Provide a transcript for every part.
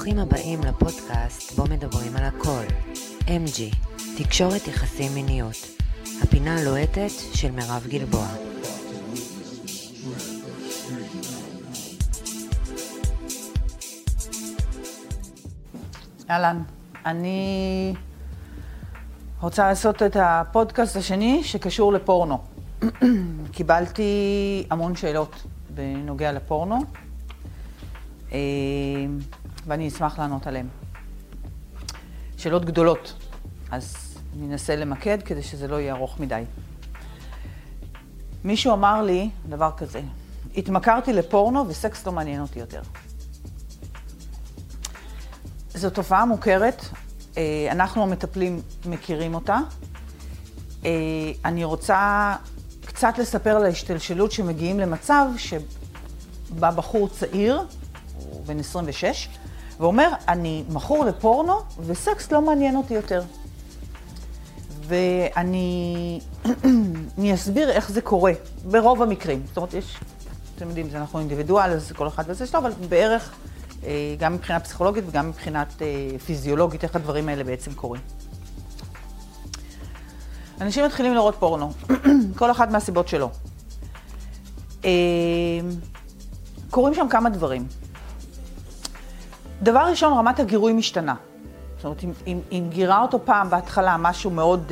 ברוכים הבאים לפודקאסט בו מדברים על הכל. MG, תקשורת יחסים מיניות. הפינה הלוהטת של מירב גלבוע. אהלן, אני רוצה לעשות את הפודקאסט השני שקשור לפורנו. קיבלתי המון שאלות בנוגע לפורנו, ואני אשמח לענות עליהן. שאלות גדולות, אז אני אנסה למקד כדי שזה לא יהיה ארוך מדי. מישהו אמר לי דבר כזה, התמכרתי לפורנו וסקס לא מעניין אותי יותר. זו תופעה מוכרת, אנחנו המטפלים מכירים אותה. אני רוצה קצת לספר על ההשתלשלות שמגיעים למצב שבא בחור צעיר, הוא בן 26, ואומר, אני מכור לפורנו וסקס לא מעניין אותי יותר. ואני אסביר איך זה קורה, ברוב המקרים. זאת אומרת, אתם יודעים, אנחנו אינדיבידואל, אז כל אחד וזה שלו, אבל בערך גם מבחינה פסיכולוגית וגם מבחינת פיזיולוגית, איך הדברים האלה בעצם קורים. אנשים מתחילים לראות פורנו, כל אחד מהסיבות שלו. קורים שם כמה דברים. דבר ראשון, רמת הגירוי משתנה. זאת אומרת, אם גירה אותו פעם בהתחלה משהו מאוד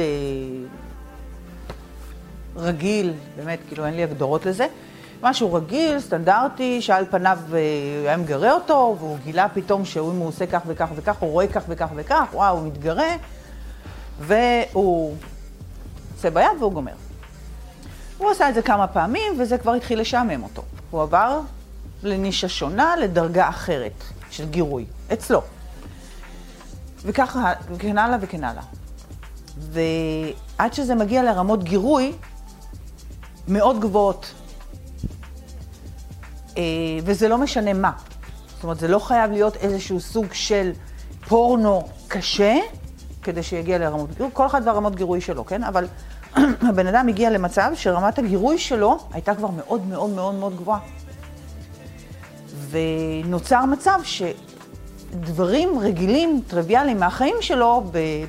רגיל, באמת, כאילו אין לי הגדרות לזה, משהו רגיל, סטנדרטי, שעל פניו היה מגרה אותו, והוא גילה פתאום שהוא עושה כך וכך וכך, הוא רואה כך וכך וכך, וואו, הוא מתגרה, והוא עושה ביד והוא גומר. הוא עשה את זה כמה פעמים, וזה כבר התחיל לשעמם אותו. הוא עבר לנישה שונה, לדרגה אחרת של גירוי, אצלו. וככה, וכן הלאה וכן הלאה. ועד שזה מגיע לרמות גירוי מאוד גבוהות, וזה לא משנה מה. זאת אומרת, זה לא חייב להיות איזשהו סוג של פורנו קשה, כדי שיגיע לרמות גירוי. כל אחד והרמות גירוי שלו, כן? אבל הבן אדם הגיע למצב שרמת הגירוי שלו הייתה כבר מאוד מאוד מאוד מאוד גבוהה. ונוצר מצב שדברים רגילים, טריוויאליים מהחיים שלו,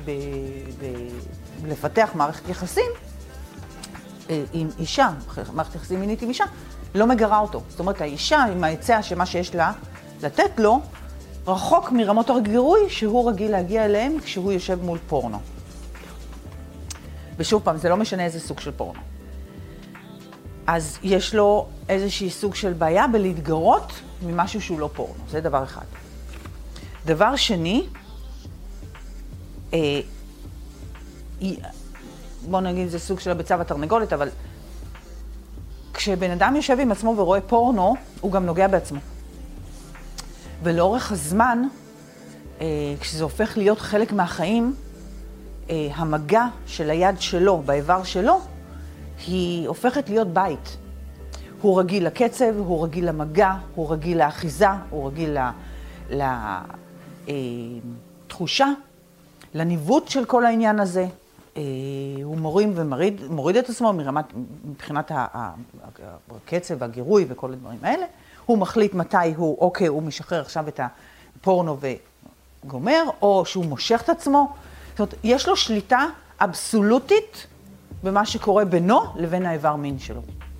לפתח מערכת יחסים עם אישה, מערכת יחסים מינית עם אישה, לא מגרה אותו. זאת אומרת, האישה עם ההיצע שמה שיש לה לתת לו, רחוק מרמות הגירוי שהוא רגיל להגיע אליהם כשהוא יושב מול פורנו. ושוב פעם, זה לא משנה איזה סוג של פורנו. אז יש לו איזושהי סוג של בעיה בלהתגרות ממשהו שהוא לא פורנו. זה דבר אחד. דבר שני, בוא נגיד, זה סוג של הביצה והתרנגולת, אבל כשבן אדם יושב עם עצמו ורואה פורנו, הוא גם נוגע בעצמו. ולאורך הזמן, כשזה הופך להיות חלק מהחיים, המגע של היד שלו, באיבר שלו, היא הופכת להיות בית. הוא רגיל לקצב, הוא רגיל למגע, הוא רגיל לאחיזה, הוא רגיל לתחושה, לניווט של כל העניין הזה. הוא מוריד את עצמו מבחינת הקצב, הגירוי וכל הדברים האלה. הוא מחליט מתי הוא משחרר עכשיו את הפורנו וגומר, או שהוא מושך את עצמו. זאת אומרת, יש לו שליטה אבסולוטית במה שקורה בינו לבין האיבר מין שלו.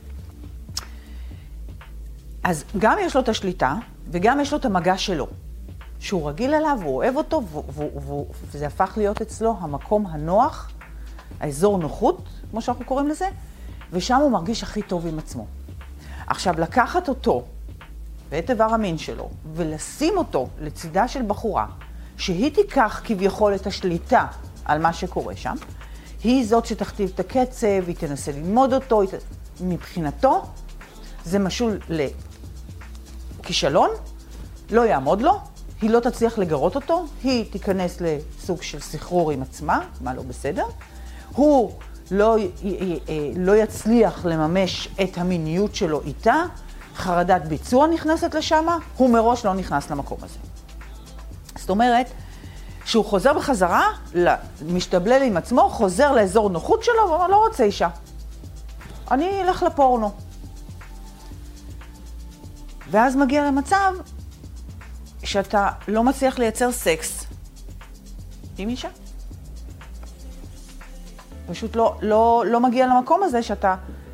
אז גם יש לו את השליטה, וגם יש לו את המגע שלו, שהוא רגיל אליו, הוא אוהב אותו, וזה הפך להיות אצלו המקום הנוח, האזור נוחות, כמו שאנחנו קוראים לזה, ושם הוא מרגיש הכי טוב עם עצמו. עכשיו, לקחת אותו ואת איבר המין שלו, ולשים אותו לצידה של בחורה, שהיא תיקח כביכול את השליטה על מה שקורה שם, היא זאת שתכתיב את הקצב, היא תנסה ללמוד אותו, מבחינתו זה משול לכישלון, לא יעמוד לו, היא לא תצליח לגרות אותו, היא תיכנס לסוג של סחרור עם עצמה, מה לא בסדר, הוא לא יצליח לממש את המיניות שלו איתה, חרדת ביצוע נכנסת לשם, הוא מראש לא נכנס למקום הזה. זאת אומרת, שהוא חוזר בחזרה, משתבלל עם עצמו, חוזר לאזור נוחות שלו, ואומר, לא רוצה אישה. אני אלך לפורנו. ואז מגיע למצב שאתה לא מצליח לייצר סקס עם אישה. פשוט לא מגיע למקום הזה שאתה,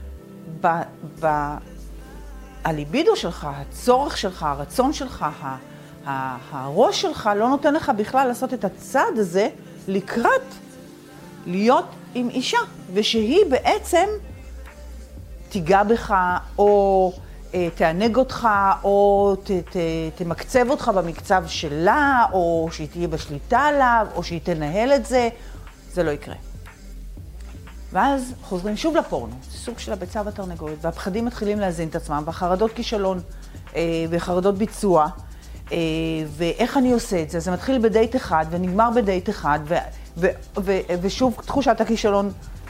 הליבידו שלך, הצורך שלך, הרצון שלך, הראש שלך לא נותן לך בכלל לעשות את הצעד הזה לקראת להיות עם אישה, ושהיא בעצם תיגע בך, או תענג אותך, או תמקצב אותך במקצב שלה, או שהיא תהיה בשליטה עליו, או שהיא תנהל את זה. זה לא יקרה. ואז חוזרים שוב לפורנו, סוג של הביצה והתרנגולת, והפחדים מתחילים להזין את עצמם, והחרדות כישלון, וחרדות ביצוע, ואיך אני עושה את זה? זה מתחיל בדייט אחד, ונגמר בדייט אחד, ושוב תחושת הכישלון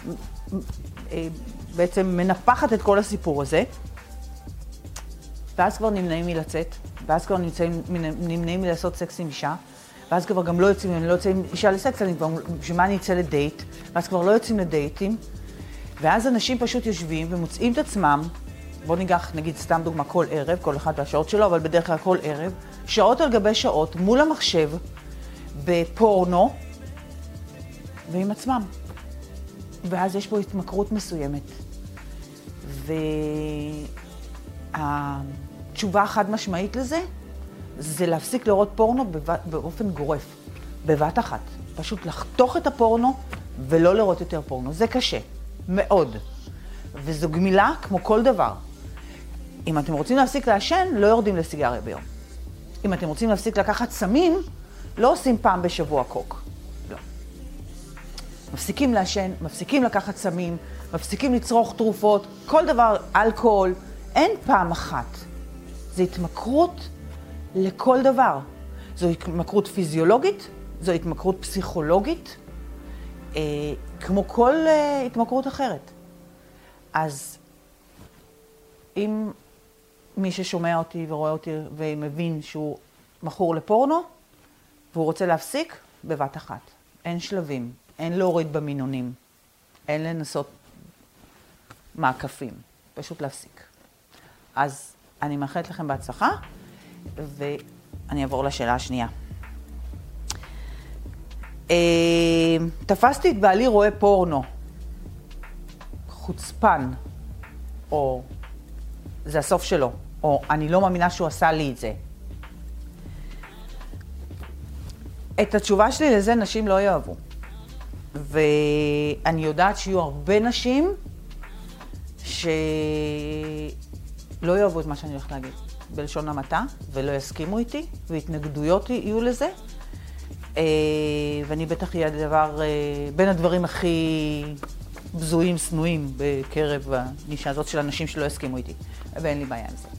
בעצם מנפחת את כל הסיפור הזה, ואז כבר נמנעים מלצאת, ואז כבר נמנעים מלעשות סקס עם אישה, ואז כבר גם לא יוצאים, אני לא יוצא עם אישה לסקס, אני כבר, שמה אני אצא לדייט, ואז כבר לא יוצאים לדייטים, ואז אנשים פשוט יושבים ומוצאים את עצמם, בוא ניקח נגיד סתם דוגמה כל ערב, כל אחד והשעות שלו, אבל בדרך כלל כל ערב, שעות על גבי שעות מול המחשב, בפורנו, ועם עצמם. ואז יש פה התמכרות מסוימת. והתשובה החד משמעית לזה, זה להפסיק לראות פורנו באופן גורף, בבת אחת. פשוט לחתוך את הפורנו ולא לראות יותר פורנו. זה קשה, מאוד. וזו גמילה כמו כל דבר. אם אתם רוצים להפסיק לעשן, לא יורדים לסיגריה ביום. אם אתם רוצים להפסיק לקחת סמים, לא עושים פעם בשבוע קוק. לא. מפסיקים לעשן, מפסיקים לקחת סמים, מפסיקים לצרוך תרופות, כל דבר, אלכוהול, אין פעם אחת. זו התמכרות לכל דבר. זו התמכרות פיזיולוגית, זו התמכרות פסיכולוגית, כמו כל התמכרות אחרת. אז אם מי ששומע אותי ורואה אותי ומבין שהוא מכור לפורנו, והוא רוצה להפסיק, בבת אחת. אין שלבים, אין להוריד במינונים, אין לנסות מעקפים, פשוט להפסיק. אז אני מאחלת לכם בהצלחה, ואני אעבור לשאלה השנייה. תפסתי את בעלי רואה פורנו, חוצפן, או זה הסוף שלו, או אני לא מאמינה שהוא עשה לי את זה. את התשובה שלי לזה נשים לא יאהבו. ואני יודעת שיהיו הרבה נשים שלא יאהבו את מה שאני הולכת להגיד, בלשון המעטה, ולא יסכימו איתי, והתנגדויות יהיו לזה. ואני בטח יהיה דבר, בין הדברים הכי בזויים, סנויים בקרב הנישה הזאת של אנשים שלא יסכימו איתי, ואין לי בעיה עם זה.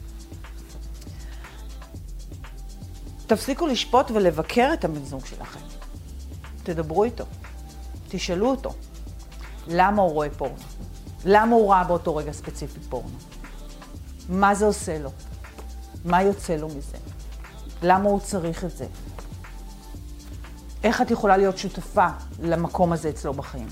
תפסיקו לשפוט ולבקר את הבן זוג שלכם. תדברו איתו, תשאלו אותו, למה הוא רואה פורנו? למה הוא ראה באותו רגע ספציפי פורנו? מה זה עושה לו? מה יוצא לו מזה? למה הוא צריך את זה? איך את יכולה להיות שותפה למקום הזה אצלו בחיים?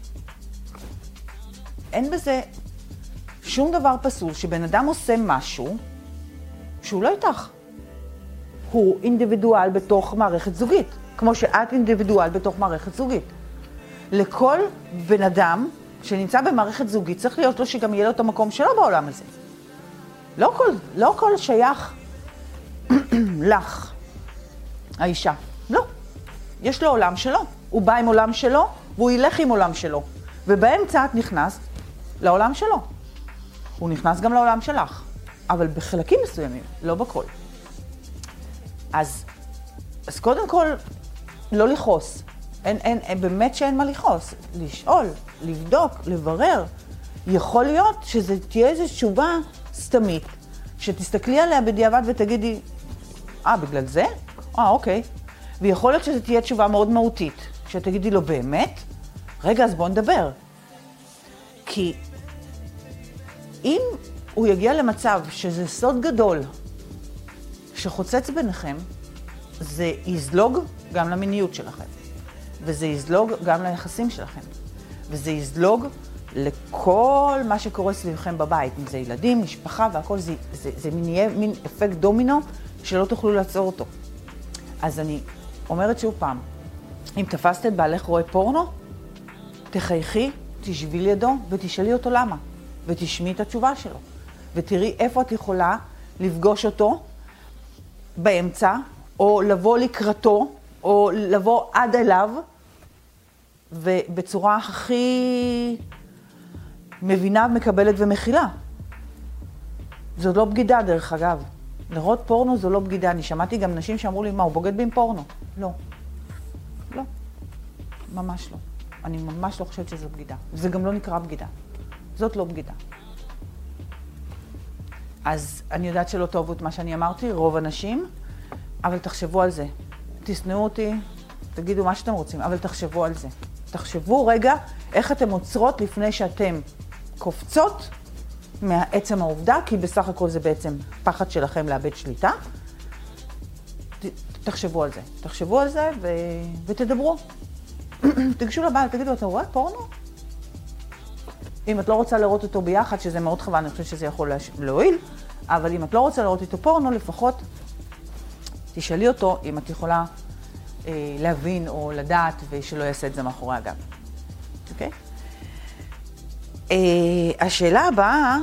אין בזה שום דבר פסול שבן אדם עושה משהו שהוא לא איתך. הוא אינדיבידואל בתוך מערכת זוגית, כמו שאת אינדיבידואל בתוך מערכת זוגית. לכל בן אדם שנמצא במערכת זוגית צריך להיות לו שגם יהיה לו את המקום שלו בעולם הזה. לא כל שייך לך, האישה. לא. יש לו עולם שלו. הוא בא עם עולם שלו, והוא ילך עם עולם שלו. ובאמצע את נכנסת לעולם שלו. הוא נכנס גם לעולם שלך. אבל בחלקים מסוימים, לא בכל. אז קודם כל, לא לכעוס. באמת שאין מה לכעוס. לשאול, לבדוק, לברר. יכול להיות שזה תהיה איזו תשובה סתמית, שתסתכלי עליה בדיעבד ותגידי, בגלל זה? אוקיי. ויכול להיות שזו תהיה תשובה מאוד מהותית, שתגידי לו באמת, רגע, אז בוא נדבר. כי אם הוא יגיע למצב שזה סוד גדול שחוצץ ביניכם, זה יזלוג גם למיניות שלכם, וזה יזלוג גם ליחסים שלכם, וזה יזלוג לכל מה שקורה סביבכם בבית, אם זה ילדים, משפחה והכל, זה יהיה מין אפקט דומינו שלא תוכלו לעצור אותו. אז אני אומרת שוב פעם, אם תפסת את בעלך רואה פורנו, תחייכי, תשבי לידו ותשאלי אותו למה. ותשמעי את התשובה שלו. ותראי איפה את יכולה לפגוש אותו באמצע, או לבוא לקראתו, או לבוא עד אליו, ובצורה הכי מבינה, מקבלת ומכילה. זאת לא בגידה דרך אגב. לראות פורנו זו לא בגידה. אני שמעתי גם נשים שאמרו לי, מה, הוא בוגד בי עם פורנו? לא. לא. ממש לא. אני ממש לא חושבת שזו בגידה. זה גם לא נקרא בגידה. זאת לא בגידה. אז אני יודעת שלא תאהבו את מה שאני אמרתי, רוב הנשים, אבל תחשבו על זה. תשנאו אותי, תגידו מה שאתם רוצים, אבל תחשבו על זה. תחשבו רגע איך אתם עוצרות לפני שאתם קופצות מעצם העובדה, כי בסך הכל זה בעצם פחד שלכם לאבד שליטה. תחשבו על זה. תחשבו על זה ותדברו. תיגשו לבעל, תגידו, אתה רואה פורנו? אם את לא רוצה לראות אותו ביחד, שזה מאוד חבל, אני חושבת שזה יכול להועיל, אבל אם את לא רוצה לראות איתו פורנו, לפחות תשאלי אותו אם את יכולה להבין או לדעת ושלא יעשה את זה מאחורי הגב. אוקיי? השאלה הבאה,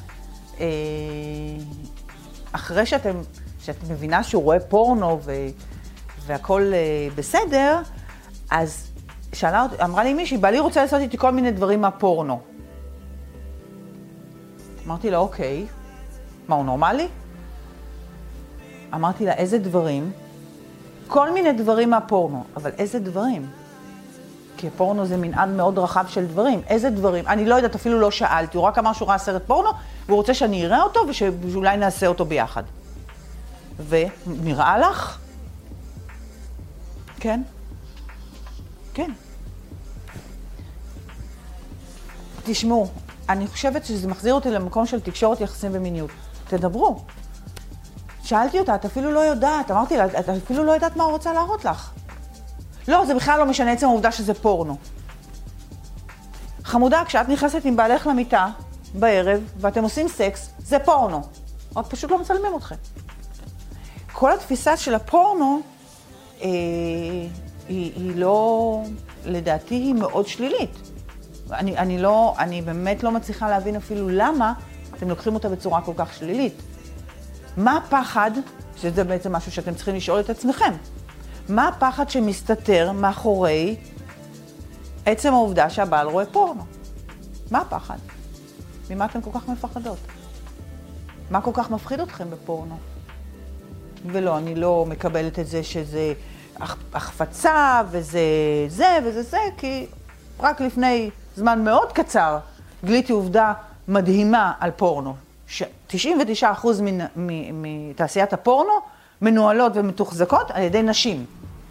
אחרי שאת מבינה שהוא רואה פורנו והכל בסדר, אז אמרה לי מישהי, בעלי רוצה לעשות איתי כל מיני דברים מהפורנו. אמרתי לה, אוקיי, מה, הוא נורמלי? אמרתי לה, איזה דברים? כל מיני דברים מהפורנו, אבל איזה דברים? כי פורנו זה מנעד מאוד רחב של דברים. איזה דברים? אני לא יודעת, אפילו לא שאלתי, הוא רק אמר שהוא ראה סרט פורנו, והוא רוצה שאני אראה אותו ושאולי נעשה אותו ביחד. ונראה לך? כן? כן. תשמעו, אני חושבת שזה מחזיר אותי למקום של תקשורת יחסים ומיניות. תדברו. שאלתי אותה, את אפילו לא יודעת, אמרתי לה, את אפילו לא יודעת מה הוא רוצה להראות לך. לא, זה בכלל לא משנה עצם העובדה שזה פורנו. חמודה, כשאת נכנסת עם בעלך למיטה בערב, ואתם עושים סקס, זה פורנו. רק פשוט לא מצלמים אתכם. כל התפיסה של הפורנו, היא לא, לדעתי היא מאוד שלילית. אני באמת לא מצליחה להבין אפילו למה אתם לוקחים אותה בצורה כל כך שלילית. מה הפחד, שזה בעצם משהו שאתם צריכים לשאול את עצמכם, מה הפחד שמסתתר מאחורי עצם העובדה שהבעל רואה פורנו? מה הפחד? ממה אתם כל כך מפחדות? מה כל כך מפחיד אתכם בפורנו? ולא, אני לא מקבלת את זה שזה החפצה וזה זה וזה זה, כי רק לפני זמן מאוד קצר גיליתי עובדה מדהימה על פורנו. 99% מתעשיית הפורנו מנוהלות ומתוחזקות על ידי נשים.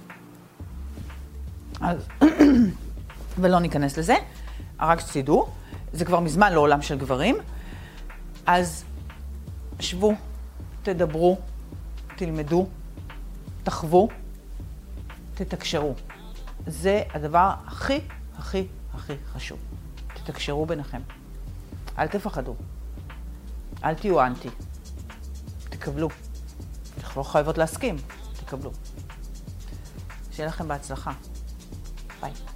אז, ולא ניכנס לזה, רק שתדעו, זה כבר מזמן לא עולם של גברים. אז שבו, תדברו, תלמדו, תחוו, תתקשרו. זה הדבר הכי הכי הכי חשוב. תתקשרו ביניכם. אל תפחדו. אל תהיו אנטי. תקבלו. אתם לא חייבות להסכים. תקבלו. שיהיה לכם בהצלחה. ביי.